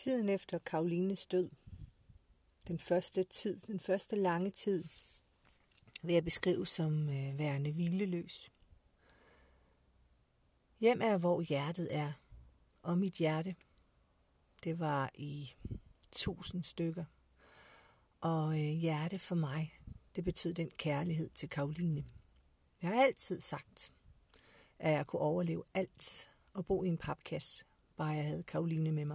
Tiden efter Karolines død, den første lange tid, vil jeg beskrive som værende hvileløs. Hjem er, hvor hjertet er, og mit hjerte, det var i 1000 stykker. Og hjerte for mig, det betød den kærlighed til Karoline. Jeg har altid sagt, at jeg kunne overleve alt og bo i en papkasse, bare jeg havde Karoline med mig.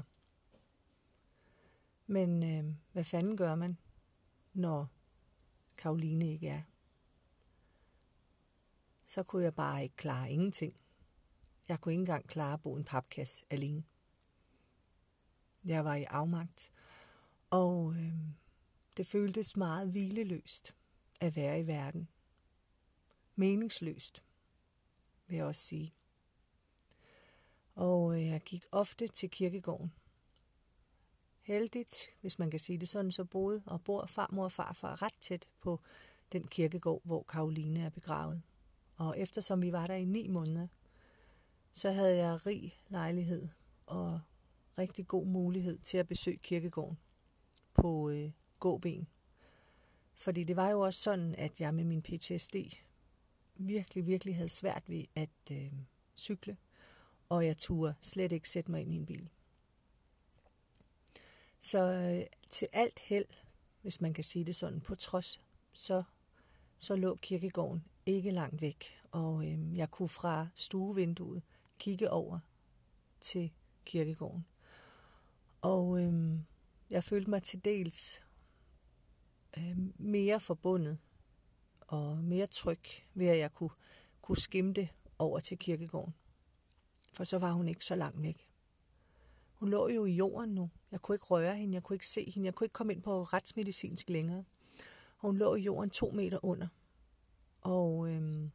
Men hvad fanden gør man, når Karoline ikke er? Så kunne jeg bare ikke klare ingenting. Jeg kunne ikke engang klare at bo i en papkasse alene. Jeg var i afmagt, og det føltes meget hvileløst at være i verden. Meningsløst, vil jeg også sige. Og jeg gik ofte til kirkegården. Heldigt, hvis man kan sige det sådan, så boede og bor farmor og farfar ret tæt på den kirkegård, hvor Karoline er begravet. Og eftersom vi var der i 9 måneder, så havde jeg rig lejlighed og rigtig god mulighed til at besøge kirkegården på gåben. Fordi det var jo også sådan, at jeg med min PTSD virkelig havde svært ved at cykle, og jeg turde slet ikke sætte mig ind i en bil. Så til alt held, hvis man kan sige det sådan, på trods, så lå kirkegården ikke langt væk, og jeg kunne fra stuevinduet kigge over til kirkegården. Og jeg følte mig til dels mere forbundet og mere tryg ved, at jeg kunne skimte over til kirkegården. For så var hun ikke så langt væk. Hun lå jo i jorden nu. Jeg kunne ikke røre hende, jeg kunne ikke se hende, jeg kunne ikke komme ind på retsmedicinsk længere. Hun lå i jorden 2 meter under. Og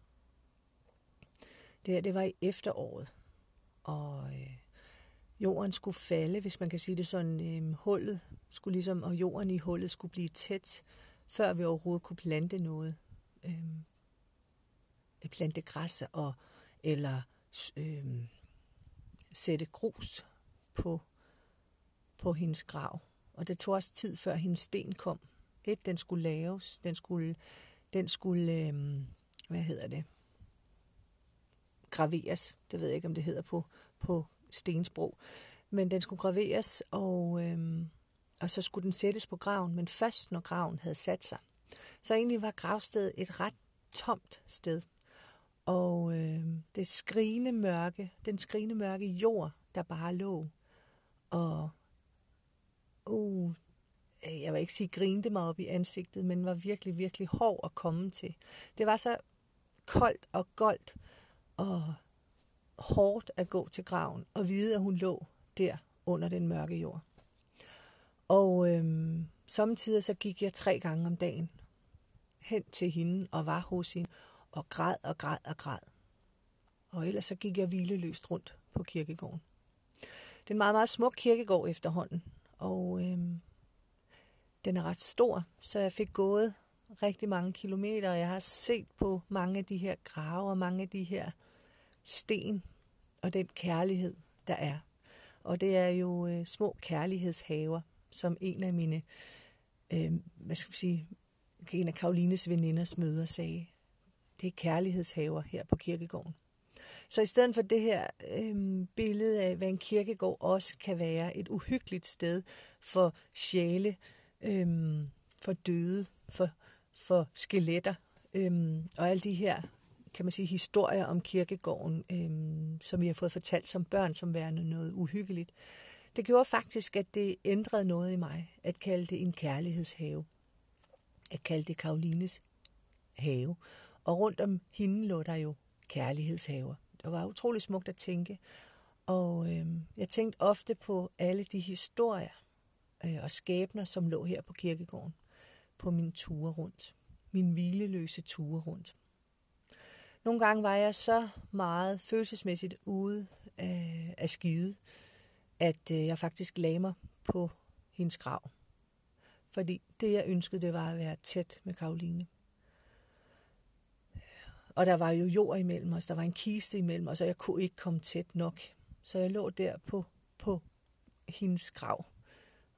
det var i efteråret. Og jorden skulle falde, hvis man kan sige det sådan. Hullet skulle ligesom, og jorden i hullet skulle blive tæt, før vi overhovedet kunne plante noget. Plante græs eller sætte grus på hendes grav. Og det tog også tid, før hendes sten kom. Den skulle laves. Den skulle graveres. Det ved jeg ikke, om det hedder på stensprog. Men den skulle graveres, og så skulle den sættes på graven. Men først, når graven havde sat sig. Så egentlig var gravstedet et ret tomt sted. Og den skrigende mørke jord, der bare lå. Og jeg vil ikke sige grinte mig op i ansigtet, men var virkelig hård at komme til. Det var så koldt og goldt og hårdt at gå til graven og vide, at hun lå der under den mørke jord. Og samtidig så gik jeg 3 gange om dagen hen til hende og var hos hende og græd. Og ellers så gik jeg hvileløst rundt på kirkegården. Det er en meget, meget smuk kirkegård efterhånden, og den er ret stor, så jeg fik gået rigtig mange kilometer, og jeg har set på mange af de her grave og mange af de her sten og den kærlighed, der er. Og det er jo små kærlighedshaver, som en af mine, en af Karolines veninders mødre sagde. Det er kærlighedshaver her på kirkegården. Så i stedet for det her billede af, hvad en kirkegård også kan være, et uhyggeligt sted for sjæle, for døde, for skeletter, og alle de her, kan man sige, historier om kirkegården, som vi har fået fortalt som børn, som værende noget uhyggeligt. Det gjorde faktisk, at det ændrede noget i mig, at kalde det en kærlighedshave. At kalde det Karolines have. Og rundt om hende lå der jo kærlighedshaver. Det var utrolig smukt at tænke. Og jeg tænkte ofte på alle de historier og skæbner, som lå her på kirkegården. På mine ture rundt. Mine hvileløse ture rundt. Nogle gange var jeg så meget følelsesmæssigt ude af skide, at jeg faktisk lagde mig på hendes grav. Fordi det, jeg ønskede, det var at være tæt med Karoline. Og der var jo jord imellem os, der var en kiste imellem os, og jeg kunne ikke komme tæt nok. Så jeg lå der på hendes grav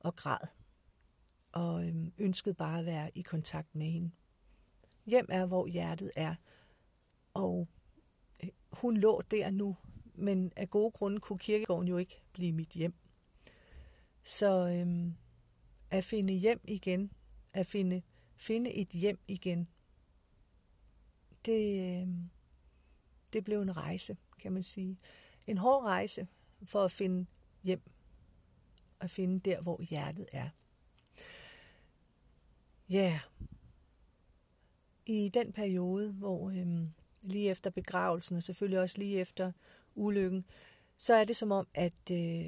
og græd, og ønskede bare at være i kontakt med hende. Hjem er, hvor hjertet er, og hun lå der nu, men af gode grunde kunne kirkegården jo ikke blive mit hjem. Så at finde hjem igen, at finde et hjem igen, det blev en rejse, kan man sige. En hård rejse for at finde hjem, og finde der, hvor hjertet er. Ja, yeah. I den periode, hvor lige efter begravelsen, og selvfølgelig også lige efter ulykken, så er det som om, at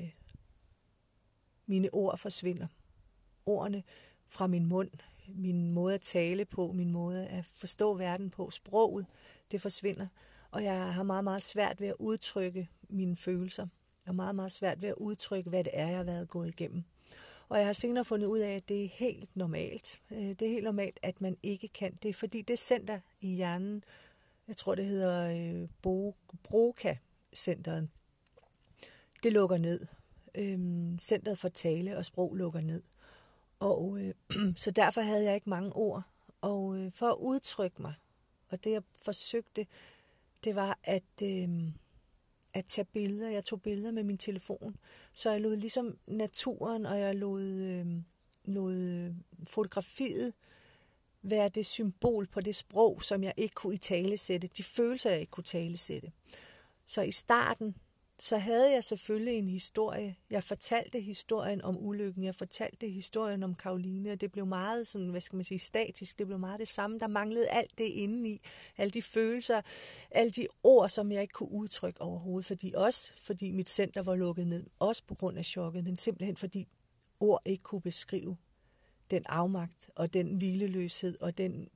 mine ord forsvinder. Ordene fra min mund, min måde at tale på, min måde at forstå verden på, sproget, det forsvinder. Og jeg har meget, meget svært ved at udtrykke mine følelser, og meget, meget svært ved at udtrykke, hvad det er, jeg har været gået igennem. Og jeg har senere fundet ud af, at det er helt normalt. Det er helt normalt, at man ikke kan det, fordi det center i hjernen, jeg tror, det hedder Broca-centeret, det lukker ned. Centeret for tale og sprog lukker ned. Og så derfor havde jeg ikke mange ord. Og for at udtrykke mig, og det jeg forsøgte, det var at tage billeder. Jeg tog billeder med min telefon, så jeg lod ligesom naturen, og jeg lod fotografiet være det symbol på det sprog, som jeg ikke kunne italesætte, de følelser, jeg ikke kunne italesætte. Så i starten, så havde jeg selvfølgelig en historie. Jeg fortalte historien om ulykken, jeg fortalte historien om Caroline, og det blev meget sådan, statisk, det blev meget det samme. Der manglede alt det indeni, alle de følelser, alle de ord, som jeg ikke kunne udtrykke overhovedet, fordi mit center var lukket ned, også på grund af chokket, men simpelthen fordi ord ikke kunne beskrive den afmagt, og den hvileløshed, og den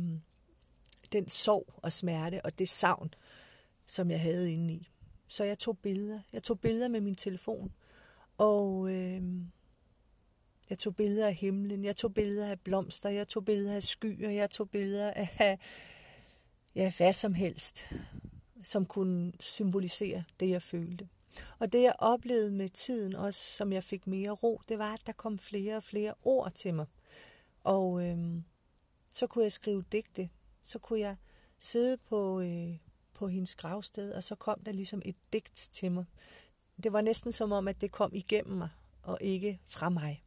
sorg og smerte, og det savn, som jeg havde indeni. Så jeg tog billeder. Jeg tog billeder med min telefon, og jeg tog billeder af himlen, jeg tog billeder af blomster, jeg tog billeder af skyer, jeg tog billeder af hvad som helst, som kunne symbolisere det, jeg følte. Og det, jeg oplevede med tiden, også som jeg fik mere ro, det var, at der kom flere og flere ord til mig. Og så kunne jeg skrive digte, så kunne jeg sidde på hendes gravsted, og så kom der ligesom et digt til mig. Det var næsten som om, at det kom igennem mig, og ikke fra mig.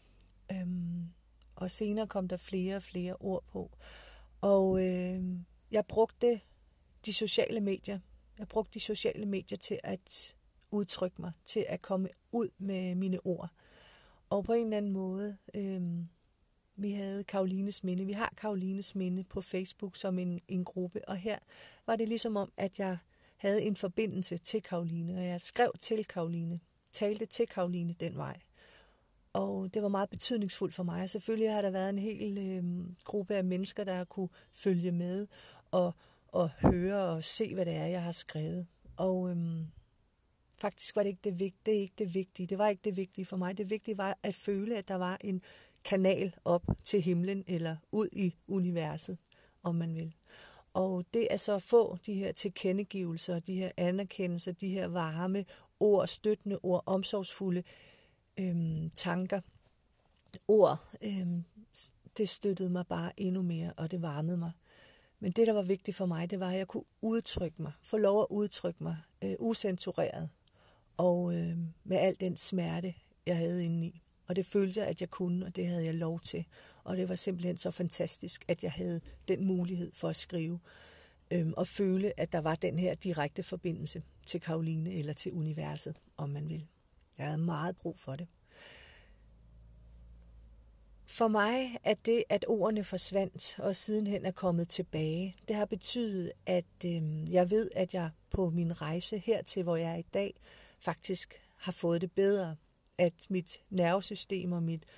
Og senere kom der flere og flere ord på. Og jeg brugte de sociale medier. Jeg brugte de sociale medier til at udtrykke mig, til at komme ud med mine ord. Og på en eller anden måde, vi havde Carolines Minde. Vi har Carolines Minde på Facebook som en gruppe, og her var det ligesom om, at jeg havde en forbindelse til Caroline, og jeg skrev til Caroline, talte til Caroline den vej. Og det var meget betydningsfuldt for mig. Selvfølgelig har der været en hel gruppe af mennesker, der har kunne følge med og høre og se, hvad det er, jeg har skrevet. Og faktisk var det ikke det vigtige. Det var ikke det vigtige for mig. Det vigtige var at føle, at der var en kanal op til himlen eller ud i universet, om man vil. Og det er så at få de her tilkendegivelser, de her anerkendelser, de her varme ord, støttende ord, omsorgsfulde tanker, ord, det støttede mig bare endnu mere, og det varmede mig. Men det, der var vigtigt for mig, det var, at jeg kunne udtrykke mig, få lov at udtrykke mig ucensureret, og med al den smerte, jeg havde indeni. Og det følte jeg, at jeg kunne, og det havde jeg lov til. Og det var simpelthen så fantastisk, at jeg havde den mulighed for at skrive, og føle, at der var den her direkte forbindelse til Caroline eller til universet, om man vil. Jeg havde meget brug for det. For mig er det, at ordene forsvandt og sidenhen er kommet tilbage, det har betydet, at jeg ved, at jeg på min rejse hertil, hvor jeg er i dag, faktisk har fået det bedre. At mit nervesystem og mit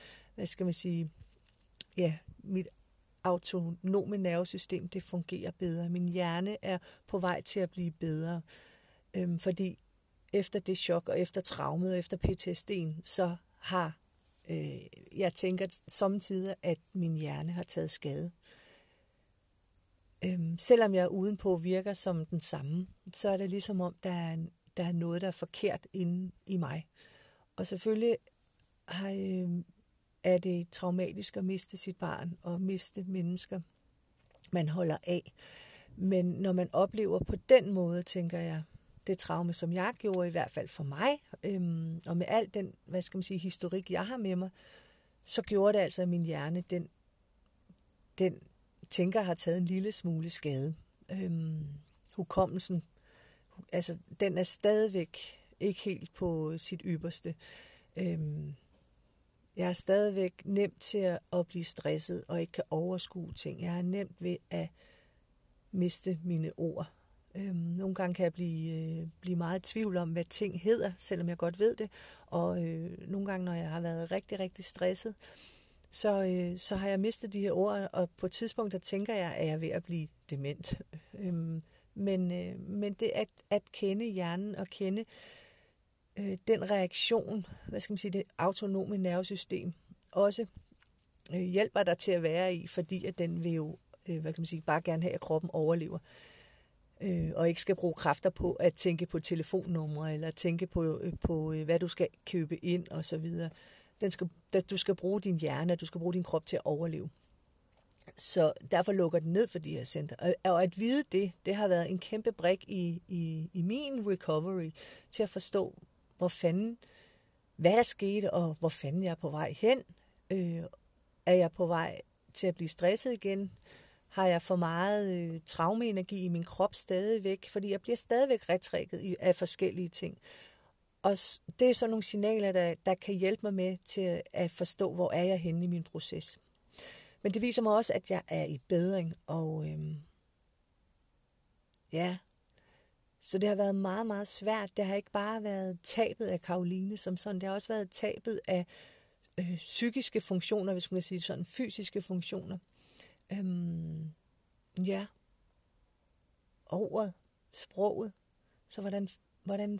autonome nervesystem, det fungerer bedre. Min hjerne er på vej til at blive bedre, fordi efter det chok og efter traumet og efter PTSD'en, så har jeg tænker samtidig, at min hjerne har taget skade. Selvom jeg udenpå virker som den samme, så er det ligesom om, der er noget, der er forkert inde i mig. Og selvfølgelig er det traumatisk at miste sit barn og miste mennesker, man holder af. Men når man oplever på den måde, tænker jeg, det traume, som jeg gjorde, i hvert fald for mig, og med al den, historik, jeg har med mig, så gjorde det altså, at min hjerne, den tænker, har taget en lille smule skade. Hukommelsen, altså den er stadigvæk ikke helt på sit ypperste. Jeg er stadigvæk nemt til at blive stresset og ikke kan overskue ting. Jeg er nemt ved at miste mine ord. Nogle gange kan jeg blive meget i tvivl om, hvad ting hedder, selvom jeg godt ved det. Og nogle gange, når jeg har været rigtig, rigtig stresset, så har jeg mistet de her ord, og på et tidspunkt, der tænker jeg, at jeg er ved at blive dement. Men det at kende hjernen og kende den reaktion, det autonome nervesystem, også hjælper dig til at være i, fordi at den vil jo, bare gerne have, at kroppen overlever. Og ikke skal bruge kræfter på at tænke på telefonnumre, eller tænke på hvad du skal købe ind, og så videre. Du skal bruge din hjerne, du skal bruge din krop til at overleve. Så derfor lukker den ned for de her center. Og at vide det har været en kæmpe brik i min recovery, til at forstå, hvad der skete, og hvor fanden jeg er på vej hen. Er jeg på vej til at blive stresset igen? Har jeg for meget traumeenergi i min krop stadigvæk? Fordi jeg bliver stadigvæk retrækket af forskellige ting. Og det er sådan nogle signaler, der kan hjælpe mig med til at forstå, hvor er jeg henne i min proces. Men det viser mig også, at jeg er i bedring. Og så det har været meget, meget svært. Det har ikke bare været tabet af Caroline som sådan. Det har også været tabet af psykiske funktioner, hvis man kan sige sådan, fysiske funktioner. Ordet, sproget. Så hvordan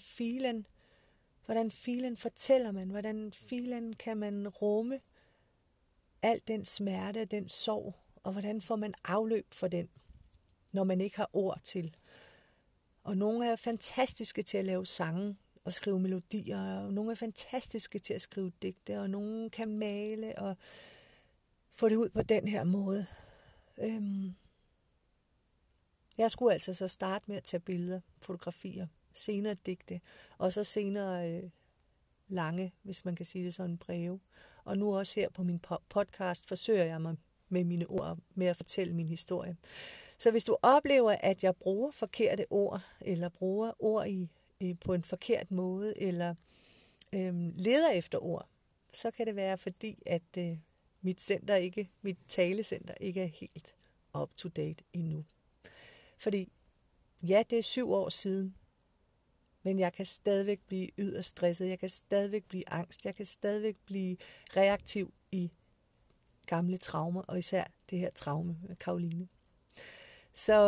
filen fortæller man? Hvordan filen kan man rumme al den smerte, den sorg? Og hvordan får man afløb for den, når man ikke har ord til? Og nogle er fantastiske til at lave sange og skrive melodier, og nogle er fantastiske til at skrive digte, og nogle kan male og få det ud på den her måde. Jeg skulle altså så starte med at tage billeder, fotografier, senere digte, og så senere lange, hvis man kan sige det sådan, breve. Og nu også her på min podcast forsøger jeg mig med mine ord med at fortælle min historie. Så hvis du oplever, at jeg bruger forkerte ord, eller bruger ord på en forkert måde, eller leder efter ord, så kan det være fordi, at mit talecenter ikke er helt up to date endnu. Fordi, ja, det er 7 år siden, men jeg kan stadigvæk blive yderst stresset, jeg kan stadigvæk blive angst, jeg kan stadigvæk blive reaktiv i gamle traumer, og især det her traume med Caroline. Så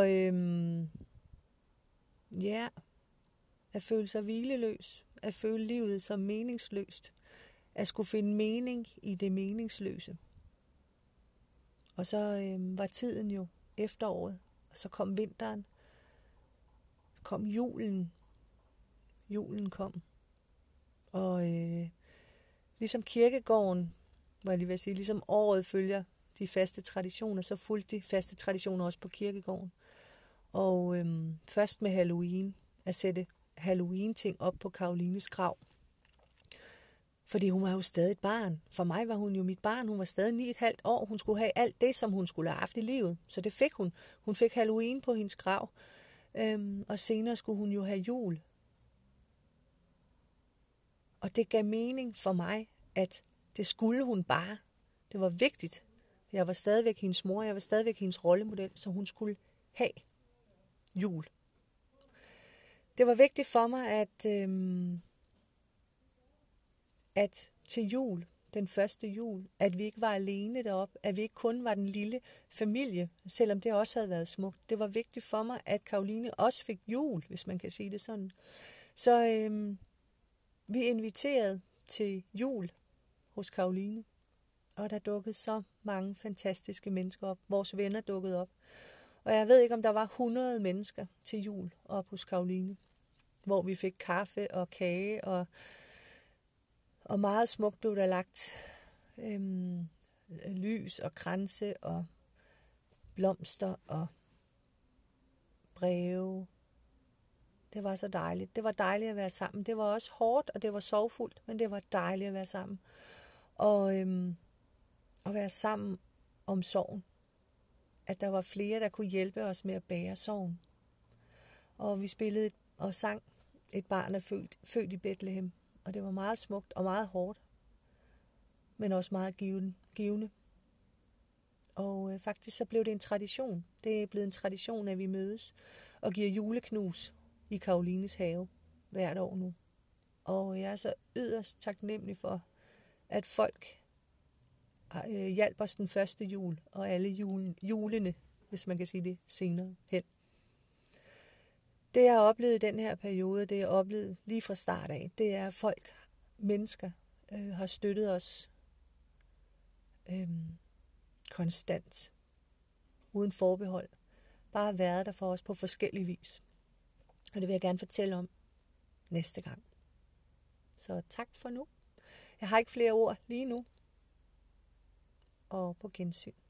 at føle sig hvileløs, at føle livet som meningsløst, at skulle finde mening i det meningsløse. Og så var tiden jo efteråret, og så kom vinteren, kom julen. Julen kom. Og ligesom kirkegården, ligesom året følger de faste traditioner, så fulgte de faste traditioner også på kirkegården. Og først med Halloween, at sætte Halloween-ting op på Carolines grav. Fordi hun var jo stadig et barn. For mig var hun jo mit barn. Hun var stadig 9,5 år. Hun skulle have alt det, som hun skulle have haft i livet. Så det fik hun. Hun fik Halloween på hendes grav. Og senere skulle hun jo have jul. Og det gav mening for mig, at det skulle hun bare. Det var vigtigt. Jeg var stadigvæk hendes mor. Jeg var stadigvæk hendes rollemodel. Så hun skulle have jul. Det var vigtigt for mig, at til jul, den første jul, at vi ikke var alene deroppe, at vi ikke kun var den lille familie, selvom det også havde været smukt. Det var vigtigt for mig, at Caroline også fik jul, hvis man kan sige det sådan. Så vi inviterede til jul hos Caroline, og der dukkede så mange fantastiske mennesker op. Vores venner dukkede op. Og jeg ved ikke, om der var 100 mennesker til jul op hos Caroline, hvor vi fik kaffe og kage Og meget smukt blev der lagt lys og kranse og blomster og breve. Det var så dejligt. Det var dejligt at være sammen. Det var også hårdt, og det var sorgfuldt, men det var dejligt at være sammen. Og at være sammen om sorgen. At der var flere, der kunne hjælpe os med at bære sorgen. Og vi spillede og sang Et barn er født i Bethlehem. Og det var meget smukt og meget hårdt. Men også meget givende. Og faktisk så blev det en tradition. Det er blevet en tradition, at vi mødes og giver juleknus i Karolines have hvert år nu. Og jeg er så yderst taknemmelig for, at folk hjalp os den første jul, og alle julene, hvis man kan sige det, senere hen. Det jeg har oplevet i den her periode, det jeg har oplevet lige fra start af, det er, at folk, mennesker, har støttet os konstant, uden forbehold. Bare været der for os på forskellige vis. Og det vil jeg gerne fortælle om næste gang. Så tak for nu. Jeg har ikke flere ord lige nu. Og på gensyn.